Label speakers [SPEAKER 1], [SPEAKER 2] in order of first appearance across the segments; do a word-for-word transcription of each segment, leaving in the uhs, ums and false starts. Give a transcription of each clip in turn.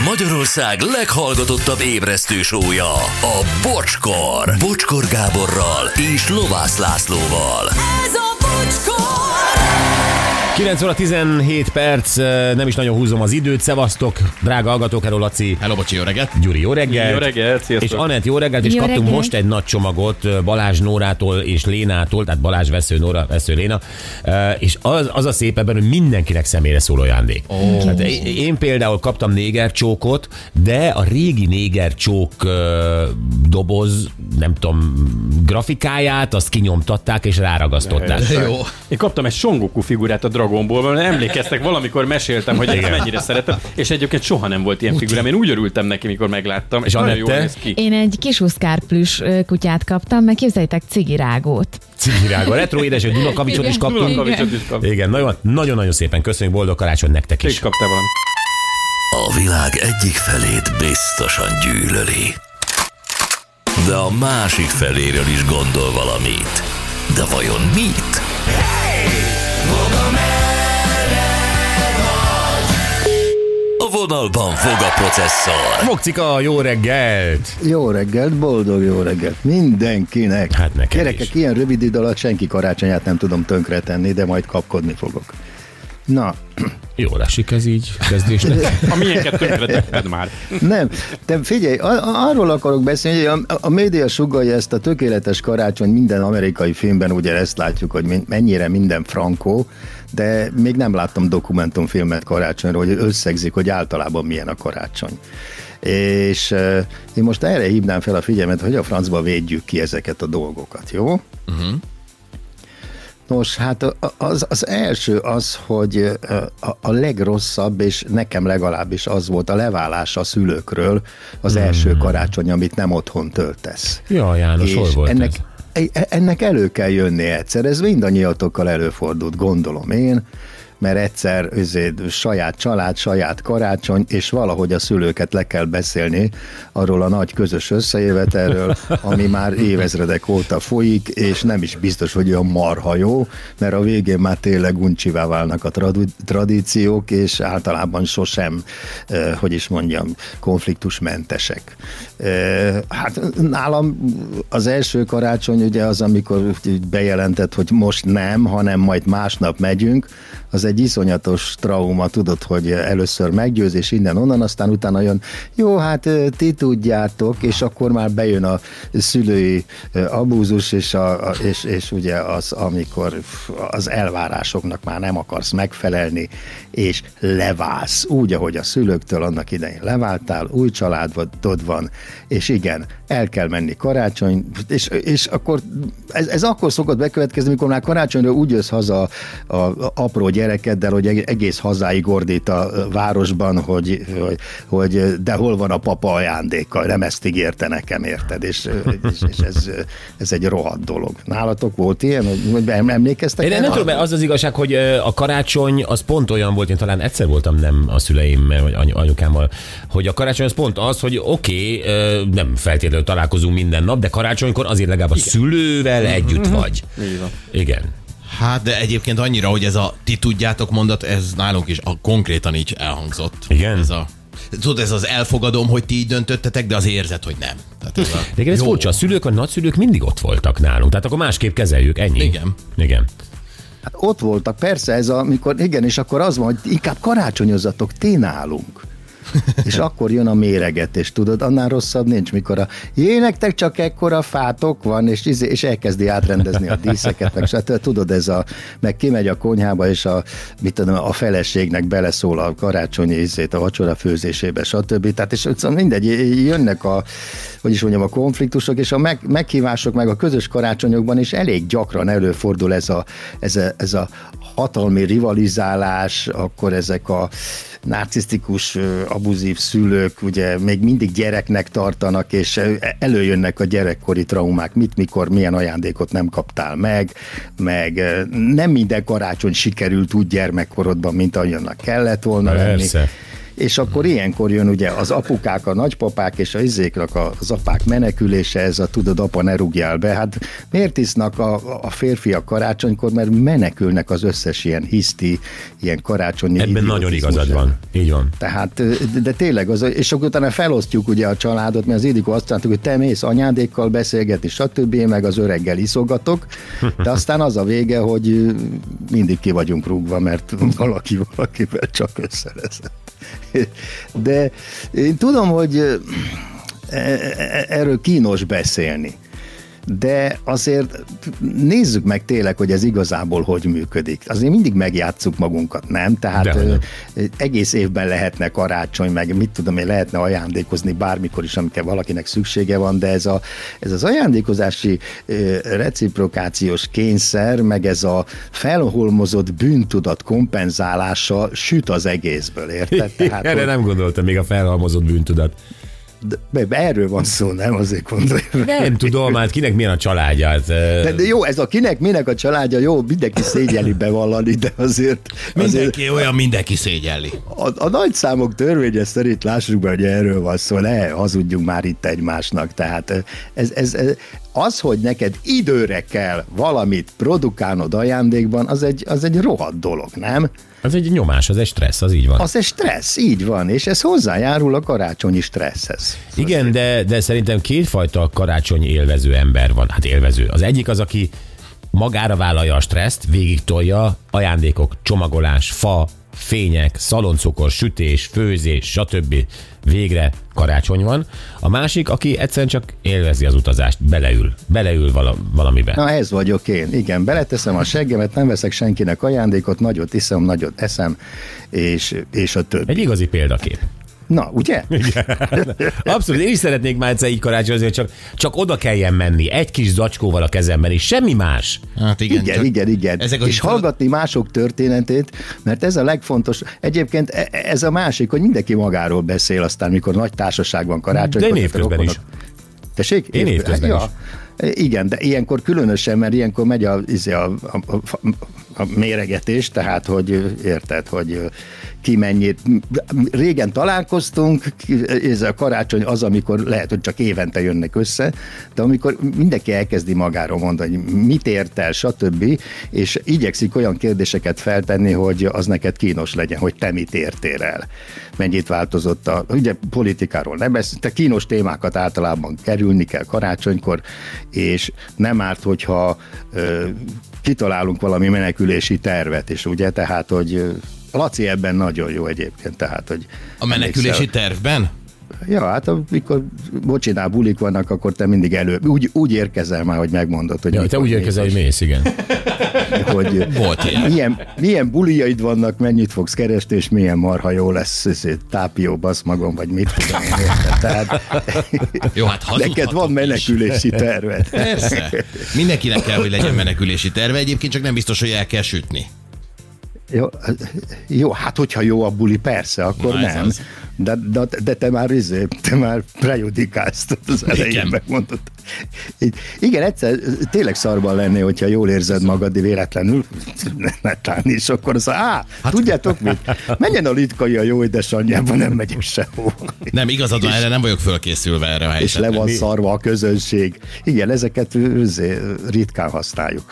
[SPEAKER 1] Magyarország leghallgatottabb ébresztő show-ja, a Bocskor. Bocskor Gáborral és Lovász Lászlóval.
[SPEAKER 2] Ez a Bocskor!
[SPEAKER 3] kilenc óra tizenhét perc, nem is nagyon húzom az időt. Szevasztok, drága hallgatók, hello Laci.
[SPEAKER 4] Hello, bocsi, jó reggelt.
[SPEAKER 3] Gyuri, jó reggelt.
[SPEAKER 5] Jó reggelt, sziasztok.
[SPEAKER 3] És Anett, jó reggelt, és
[SPEAKER 2] Jó
[SPEAKER 3] kaptunk
[SPEAKER 2] reggelt.
[SPEAKER 3] most egy nagy csomagot Balázs Nórától és Lénától, tehát Balázs Vesző, Nóra, Vesző, Léna. És az, az a szép ebben, hogy mindenkinek személyre szóló ajándék. Oh. Hát én például kaptam négercsókot, de a régi négercsók doboz, nem tudom, grafikáját, azt kinyomtatták és ráragasztották.
[SPEAKER 4] Jó.
[SPEAKER 5] Én kaptam egy Son Goku figurát a Dragon Ballban, mert emlékeztek, valamikor meséltem, hogy ezt mennyire szeretem, és egyébként soha nem volt ilyen figurám. Én úgy örültem neki, mikor megláttam, és nagyon jól néz ki.
[SPEAKER 6] Én egy kis uszkár plüss ö, kutyát kaptam, meg képzeljétek, cigirágót.
[SPEAKER 3] Cigirágó, retro édes, hogy Dunakavicsot is kaptunk.
[SPEAKER 5] Dunakavicsot is kaptam.
[SPEAKER 3] Igen, nagyon- nagyon-nagyon szépen köszönjük, boldog karácsony nektek
[SPEAKER 5] Te is
[SPEAKER 3] is.
[SPEAKER 5] kaptál valamit.
[SPEAKER 1] A világ egyik felét biztosan gyűlöli, de a másik feléről is gondol valamit. De vajon mit? A vonalban fog a processzor.
[SPEAKER 3] Mokcika, jó reggelt!
[SPEAKER 7] Jó reggelt, boldog jó reggelt mindenkinek.
[SPEAKER 3] Hát nekem
[SPEAKER 7] Gyerekek,
[SPEAKER 3] is.
[SPEAKER 7] ilyen rövid idő alatt senki karácsonyát nem tudom tönkretenni, de majd kapkodni fogok. Na,
[SPEAKER 3] Jól esik ez így kezdésnek.
[SPEAKER 5] A miénket tönkretetted már.
[SPEAKER 7] nem, de figyelj, a- a- arról akarok beszélni, hogy a, a média sugallja ezt a tökéletes karácsony, minden amerikai filmben ugye ezt látjuk, hogy min- mennyire minden frankó, de még nem láttam dokumentumfilmet karácsonyról, hogy összegzik, hogy általában milyen a karácsony. És uh, én most erre hívnám fel a figyelmet, hogy a francba védjük ki ezeket a dolgokat, jó? Uh-huh. Nos, hát az, az első az, hogy a, a legrosszabb, és nekem legalábbis az volt a leválás a szülőkről az hmm. első karácsony, amit nem otthon töltesz.
[SPEAKER 3] Ja, János, hol
[SPEAKER 7] És
[SPEAKER 3] volt
[SPEAKER 7] ennek,
[SPEAKER 3] ez?
[SPEAKER 7] ennek elő kell jönni egyszer, ez mindannyiatokkal előfordult, gondolom én, mert egyszer azért, saját család, saját karácsony, és valahogy a szülőket le kell beszélni arról a nagy közös összejövetelről, ami már évezredek óta folyik, és nem is biztos, hogy olyan marha jó, mert a végén már tényleg uncsivá válnak a tradu- tradíciók, és általában sosem, eh, hogy is mondjam, konfliktusmentesek. Eh, hát nálam az első karácsony ugye az, amikor bejelentett, hogy most nem, hanem majd másnap megyünk, az egy iszonyatos trauma, tudod, hogy először meggyőz, és innen-onnan, aztán utána jön, jó, hát ti tudjátok, és akkor már bejön a szülői abúzus, és, a, és, és ugye az, amikor az elvárásoknak már nem akarsz megfelelni, és leválsz, úgy, ahogy a szülőktől annak idején leváltál, új családod van, és igen, el kell menni karácsony, és, és akkor ez, ez akkor szokott bekövetkezni, amikor már karácsonyra úgy jössz haza a, a apró gyerekeddel, hogy egész hazáig ordít a városban, hogy, hogy, hogy de hol van a papa ajándéka, nem ezt ígérte nekem, érted? És, és, és ez, ez egy rohadt dolog. Nálatok volt ilyen, hogy emlékeztek?
[SPEAKER 3] Én nem tudom, az az igazság, hogy a karácsony az pont olyan volt, én talán egyszer voltam nem a szüleimmel, vagy any- anyukámmal, hogy a karácsony az pont az, hogy oké, okay, nem feltétlenül találkozunk minden nap, de karácsonykor azért legalább a Igen. szülővel együtt vagy.
[SPEAKER 5] Igen.
[SPEAKER 3] Igen.
[SPEAKER 4] Hát, de egyébként annyira, hogy ez a ti tudjátok mondat, ez nálunk is a, konkrétan így elhangzott.
[SPEAKER 3] Igen?
[SPEAKER 4] Ez a, tudod, ez az elfogadom, hogy ti így döntöttetek, de az érzet, hogy nem. Tehát ez a,
[SPEAKER 3] De igen, ez
[SPEAKER 4] jó.
[SPEAKER 3] furcsa, a szülők, a nagyszülők mindig ott voltak nálunk, tehát akkor másképp kezeljük, ennyi.
[SPEAKER 4] Igen.
[SPEAKER 3] Igen.
[SPEAKER 7] Hát ott voltak, persze, ez a, amikor, igen, és akkor az van, hogy inkább karácsonyozzatok ti nálunk. És akkor jön a méregetés, tudod, annál rosszabb nincs, mikor a jé, nektek csak ekkora fátok van, és, és elkezdi átrendezni a díszeket, meg stb. Tudod, ez a, meg kimegy a konyhába, és a, mit tudom, a feleségnek beleszól a karácsonyi ízét, a vacsora főzésébe, stb. Tehát, és mindegy, jönnek a, hogy is mondjam, a konfliktusok, és a meg, meghívások, meg a közös karácsonyokban is elég gyakran előfordul ez a, ez a, ez a hatalmi rivalizálás, akkor ezek a narcisztikus, abuzív szülők ugye még mindig gyereknek tartanak, és előjönnek a gyerekkori traumák, mit, mikor, milyen ajándékot nem kaptál meg, meg nem minden karácsony sikerült úgy gyermekkorodban, mint ahogyannak kellett volna
[SPEAKER 3] Persze.
[SPEAKER 7] lenni. és akkor ilyenkor jön ugye az apukák, a nagypapák és a izéknak az apák menekülése, ez a tudod, apa ne rúgjál be. Hát miért isznak a, a férfiak karácsonykor, mert menekülnek az összes ilyen hiszti, ilyen karácsonyi
[SPEAKER 3] ebben nagyon igazad van. Így van.
[SPEAKER 7] Tehát, de tényleg, az, és akkor utána felosztjuk ugye a családot, mert az Ildikó azt mondta, hogy te mész anyádékkal beszélgetni, stb. Meg az öreggel iszogatok, de aztán az a vége, hogy mindig ki vagyunk rúgva, mert valaki valakivel csak összerezett. De én tudom, hogy erről kínos beszélni. De azért nézzük meg tényleg, hogy ez igazából hogy működik. Azért mindig megjátsszuk magunkat, nem? Tehát ö, egész évben lehetne karácsony, meg mit tudom én, lehetne ajándékozni bármikor is, amikor valakinek szüksége van, de ez, a, ez az ajándékozási ö, reciprokációs kényszer, meg ez a felholmozott bűntudat kompenzálása süt az egészből, érted? Tehát,
[SPEAKER 3] erre
[SPEAKER 7] hogy...
[SPEAKER 3] nem gondoltam, még a felhalmozott bűntudat.
[SPEAKER 7] De, de erről van szó, nem? Azért gondolom.
[SPEAKER 3] Nem tudom, hát kinek milyen a családja.
[SPEAKER 7] De, de jó, ez a kinek minek a családja, jó, mindenki szégyeli bevallani, de azért... azért
[SPEAKER 4] mindenki olyan, mindenki szégyelli.
[SPEAKER 7] A, a nagy számok törvénye szerint lássuk be, hogy erről van szó, ne hazudjunk már itt egymásnak. Tehát ez, ez, ez, az, hogy neked időre kell valamit produkálnod ajándékban, az egy, az egy rohadt dolog, nem?
[SPEAKER 3] Az egy nyomás, az egy stressz, az így van.
[SPEAKER 7] Az egy stressz, így van, és ez hozzájárul a karácsonyi stresszhez.
[SPEAKER 3] Igen, de, de szerintem kétfajta karácsony élvező ember van. Hát élvező. Az egyik az, aki magára vállalja a stresszt, végig tolja, ajándékok, csomagolás, fa, fények, szaloncukor, sütés, főzés, stb. Végre karácsony van. A másik, aki egyszerűen csak élvezi az utazást, beleül, beleül valamibe.
[SPEAKER 7] Na ez vagyok én, igen, beleteszem a seggemet, nem veszek senkinek ajándékot, nagyot iszom, nagyot eszem, és, és a többi.
[SPEAKER 3] Egy igazi példakép.
[SPEAKER 7] Na, ugye?
[SPEAKER 3] Abszolút, én is szeretnék már egyszer így karácsonyozni, hogy csak, csak oda kelljen menni, egy kis zacskóval a kezemben, és semmi más.
[SPEAKER 7] Hát igen, igen, igen, igen. És hallgatni mások történetét, mert ez a legfontos. Egyébként ez a másik, hogy mindenki magáról beszél aztán, mikor nagy társaság van karácsony.
[SPEAKER 3] De én évközben is.
[SPEAKER 7] Tessék?
[SPEAKER 3] Én évközben
[SPEAKER 7] ja.
[SPEAKER 3] is.
[SPEAKER 7] Igen, de ilyenkor különösen, mert ilyenkor megy a, a, a, a, a méregetés, tehát, hogy érted, hogy ki mennyit. Régen találkoztunk, ez a karácsony az, amikor lehet, hogy csak évente jönnek össze, de amikor mindenki elkezdi magáról mondani, hogy mit ért el, stb., és igyekszik olyan kérdéseket feltenni, hogy az neked kínos legyen, hogy te mit értél el. Mennyit változott a, ugye politikáról nem beszél, te kínos témákat általában kerülni kell karácsonykor, és nem árt, hogyha ö, kitalálunk valami menekülési tervet, és ugye, tehát, hogy Laci ebben nagyon jó egyébként, tehát, hogy...
[SPEAKER 4] A menekülési tervben?
[SPEAKER 7] Ja, hát amikor bocsinál bulik vannak, akkor te mindig elő, úgy, úgy érkezel már, hogy megmondod, hogy...
[SPEAKER 3] Ja, te úgy érkezel, hogy mész, igen.
[SPEAKER 7] Hogy
[SPEAKER 4] volt ilyen.
[SPEAKER 7] Milyen, milyen buliaid vannak, mennyit fogsz keresni, és milyen marha jó lesz tápió, basz magam, vagy mit tudom én érte. Tehát
[SPEAKER 4] jó, hát
[SPEAKER 7] neked van menekülési terved.
[SPEAKER 4] Persze. Mindenkinek kell, hogy legyen menekülési terve, egyébként csak nem biztos, hogy el kell sütni.
[SPEAKER 7] Jó, jó, hát hogyha jó a buli, persze, akkor na, nem. De, de, de te már izé, te már prejudikálsz, az elején megmondod. Igen, egyszer tényleg szarban lenné, hogyha jól érzed magad, véletlenül netán, és akkor az, á, hát, tudjátok mit? Menjen a Litkai a jó édesanyjába, nem megyek sehova.
[SPEAKER 4] Nem, igazad van, erre nem vagyok fölkészülve erre a helyzetre.
[SPEAKER 7] És le van szarva a közönség. Igen, ezeket ritkán használjuk.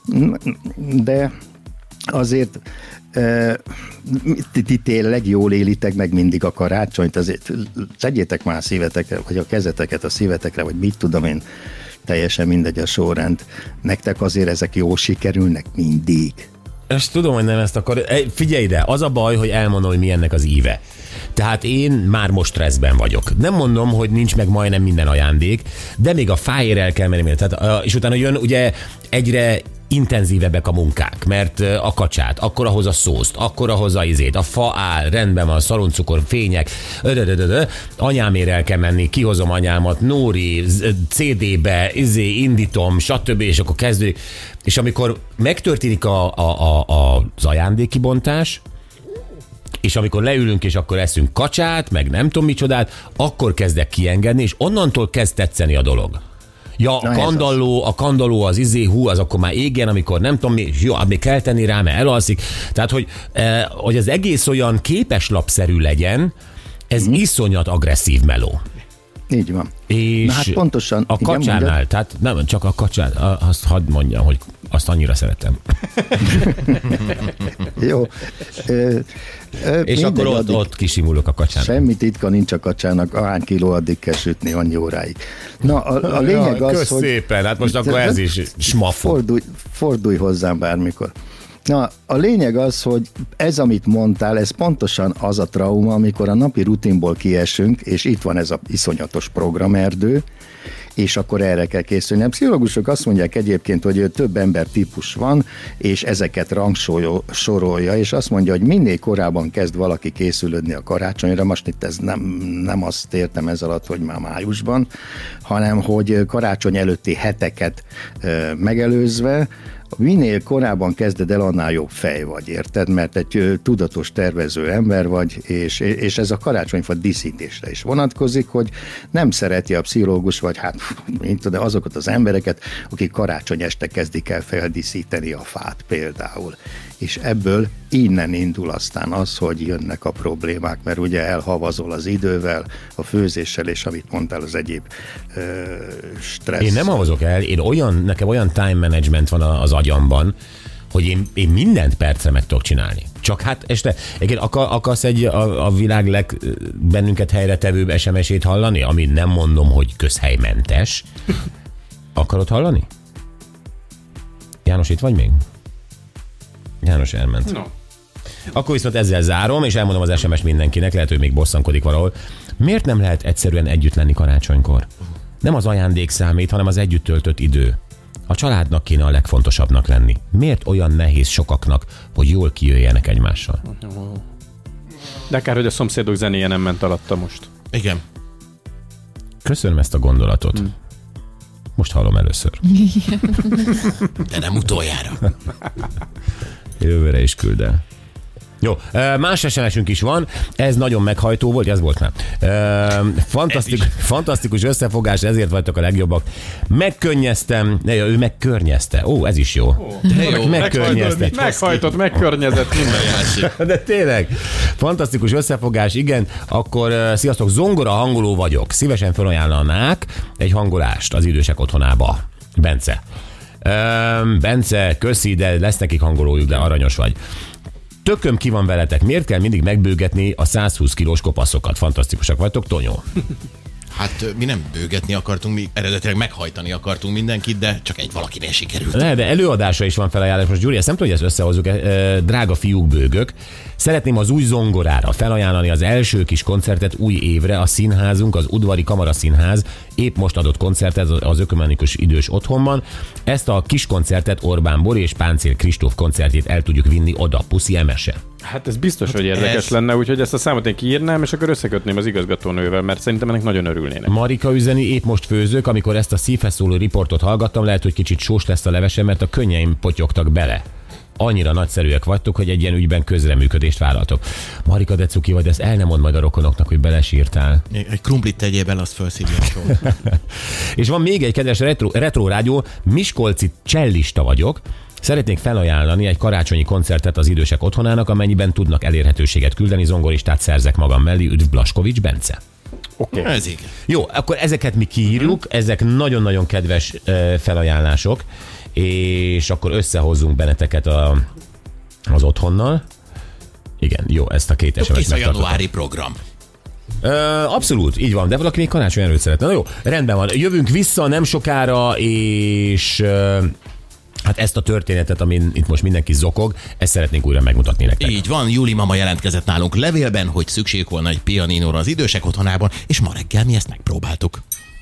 [SPEAKER 7] De azért e, ti, ti tényleg jól élitek meg mindig a karácsonyt, azért tegyétek már a szívetekre, vagy a kezeteket a szívetekre, vagy mit tudom én, teljesen mindegy a sorrend. Nektek azért ezek jól sikerülnek mindig.
[SPEAKER 3] Ezt tudom, hogy nem ezt akar. Figyelj ide, az a baj, hogy elmondom, hogy mi ennek az íve. Tehát én már most stresszben vagyok. Nem mondom, hogy nincs meg majdnem minden ajándék, de még a fájér el kell menni. Tehát, és utána jön ugye egyre intenzívebbek a munkák, mert a kacsát, akkor ahhoz a szószt, akkor ahhoz a izét, a fa áll, rendben van, szaloncukor, fények, ödödödödö, anyámért el kell menni, kihozom anyámat, Nóri, cé dé-be, izé, indítom, stb. És akkor kezdődik. És amikor megtörténik a, a, a, az ajándékibontás, és amikor leülünk, és akkor eszünk kacsát, meg nem tudom micsodát, akkor kezdek kiengedni, és onnantól kezd tetszeni a dolog. Ja, a kandalló, a kandalló az izé, hú, az akkor már égjen, amikor nem tudom mi, jó, még kell tenni rá, mert elalszik. Tehát, hogy, eh, hogy az egész olyan képeslapszerű legyen, ez mm. iszonyat agresszív meló.
[SPEAKER 7] Így van.
[SPEAKER 3] És
[SPEAKER 7] Na hát pontosan,
[SPEAKER 3] a
[SPEAKER 7] igen,
[SPEAKER 3] kacsánál,
[SPEAKER 7] mondjad.
[SPEAKER 3] tehát nem csak a kacsán, azt hadd mondjam, hogy azt annyira szeretem.
[SPEAKER 7] Jó. Ö, ö,
[SPEAKER 3] És akkor ott,
[SPEAKER 7] addig,
[SPEAKER 3] ott kisimulok a kacsán.
[SPEAKER 7] Semmi titka nincs a kacsának, ahány kiló addig kell sütni, annyi óráig. Na, a, a lényeg
[SPEAKER 3] ja,
[SPEAKER 7] az,
[SPEAKER 3] kösz
[SPEAKER 7] hogy...
[SPEAKER 3] szépen, hát most akkor ez is smafó.
[SPEAKER 7] Fordulj, fordulj hozzám bármikor. Na, a lényeg az, hogy ez, amit mondtál, ez pontosan az a trauma, amikor a napi rutinból kiesünk, és itt van ez a iszonyatos programerdő, és akkor erre kell készülni. A pszichológusok azt mondják egyébként, hogy több ember típus van, és ezeket rangsorolja, és azt mondja, hogy minél korábban kezd valaki készülődni a karácsonyra, most itt ez nem, nem azt értem ez alatt, hogy már májusban, hanem hogy karácsony előtti heteket megelőzve, minél korábban kezded el, annál jobb fej vagy, érted? Mert egy tudatos tervező ember vagy, és, és ez a karácsonyfa díszítésre is vonatkozik, hogy nem szereti a pszichológus, vagy hát, mint de azokat az embereket, akik karácsony este kezdik el feldíszíteni a fát például. És ebből innen indul aztán az, hogy jönnek a problémák, mert ugye elhavazol az idővel, a főzéssel, és amit mondtál, az egyéb ö, stressz.
[SPEAKER 3] Én nem havazok el, én olyan, nekem olyan time management van az agyamban, hogy én, én mindent percre meg tudok csinálni. Csak hát este, egyébként akar, akarsz egy a, a világ leg bennünket helyre tevőbb es em es-ét hallani, ami nem mondom, hogy közhelymentes. Akarod hallani? János, itt vagy még? János elment. No. Akkor viszont ezzel zárom, és elmondom az es em es mindenkinek, lehet, hogy még bosszankodik valahol. Miért nem lehet egyszerűen együtt lenni karácsonykor? Nem az ajándék számít, hanem az együtt töltött idő. A családnak kéne a legfontosabbnak lenni. Miért olyan nehéz sokaknak, hogy jól kijöjjenek egymással?
[SPEAKER 5] De kár, hogy a szomszédok zenéje nem ment alatta most.
[SPEAKER 4] Igen.
[SPEAKER 3] Köszönöm ezt a gondolatot. Hmm. Most hallom először.
[SPEAKER 4] De nem utoljára.
[SPEAKER 3] Jövőre is küld el. Jó, más es em es-ünk is van, ez nagyon meghajtó volt, ez volt már. Fantasztikus, fantasztikus összefogás, ezért vagytok a legjobbak. Megkönnyeztem, ne, ő megkörnyezte. Ó, ez is jó.
[SPEAKER 5] Ó,
[SPEAKER 3] jó megkörnyezte.
[SPEAKER 5] Meghajtott, megkörnyezett minden.
[SPEAKER 3] De tényleg, fantasztikus összefogás, igen. Akkor sziasztok, zongora hangoló vagyok. Szívesen felajánlanák egy hangolást az idősek otthonába. Bence. Bence, köszi, de lesz nekik hangolójuk, de aranyos vagy. Tököm ki van veletek, miért kell mindig megbőgetni a százhúsz kilós kopaszokat? Fantasztikusak vagytok, Tonyó.
[SPEAKER 4] Hát mi nem bőgetni akartunk, mi eredetileg meghajtani akartunk mindenkit, de csak egy valakinél sikerült.
[SPEAKER 3] Le, de előadása is van felajánlás. Most Gyuri, ezt nem tudom, hogy ezt összehozzuk. Drága fiúk, bőgök. Szeretném az új zongorára felajánlani az első kis koncertet új évre. A színházunk, az Udvari Kamaraszínház épp most adott koncertet az Ökumenikus Idős Otthonban. Ezt a kis koncertet Orbán Bori és Páncél Kristóf koncertjét el tudjuk vinni oda. Puszi emese.
[SPEAKER 5] Hát ez biztos, hogy érdekes ez... lenne, úgyhogy ezt a számot én kiírnám, és akkor összekötném az igazgatónővel, mert szerintem ennek nagyon örülnének. Marika
[SPEAKER 3] üzeni, épp most főzök, amikor ezt a szívhez szóló riportot hallgattam, lehet, hogy kicsit sós lesz a levesem, mert a könnyeim potyogtak bele. Annyira nagyszerűek vagytok, hogy egy ilyen ügyben közreműködést vállaltok. Marika, de cuki vagy, ezt el nem mond majd a rokonoknak, hogy belesírtál.
[SPEAKER 4] Egy krumplit tegyél bele, azt felszívja.
[SPEAKER 3] És van még egy kedves retro, retro rádió, miskolci csellista vagyok. Szeretnék felajánlani egy karácsonyi koncertet az idősek otthonának, amennyiben tudnak elérhetőséget küldeni, zongoristát szerzek magam mellé. Üdv Blaskovics Bence.
[SPEAKER 4] Oké. Okay. Ez igen.
[SPEAKER 3] Jó, akkor ezeket mi kiírjuk, ezek nagyon-nagyon kedves uh, felajánlások, és akkor összehozzunk benneteket a, az otthonnal. Igen, jó, ezt a két es em es-t
[SPEAKER 4] megtartottam. Ez a januári program.
[SPEAKER 3] Uh, abszolút, így van, de valaki még karácsony előtt szeretne. Na jó, rendben van, jövünk vissza nem sokára, és... Uh, Hát ezt a történetet, amin itt most mindenki zokog, ezt szeretnénk újra megmutatni nektek.
[SPEAKER 4] Így van, Júli mama jelentkezett nálunk levélben, hogy szükség volna egy pianinóra az idősek otthonában, és ma reggel mi ezt megpróbáltuk.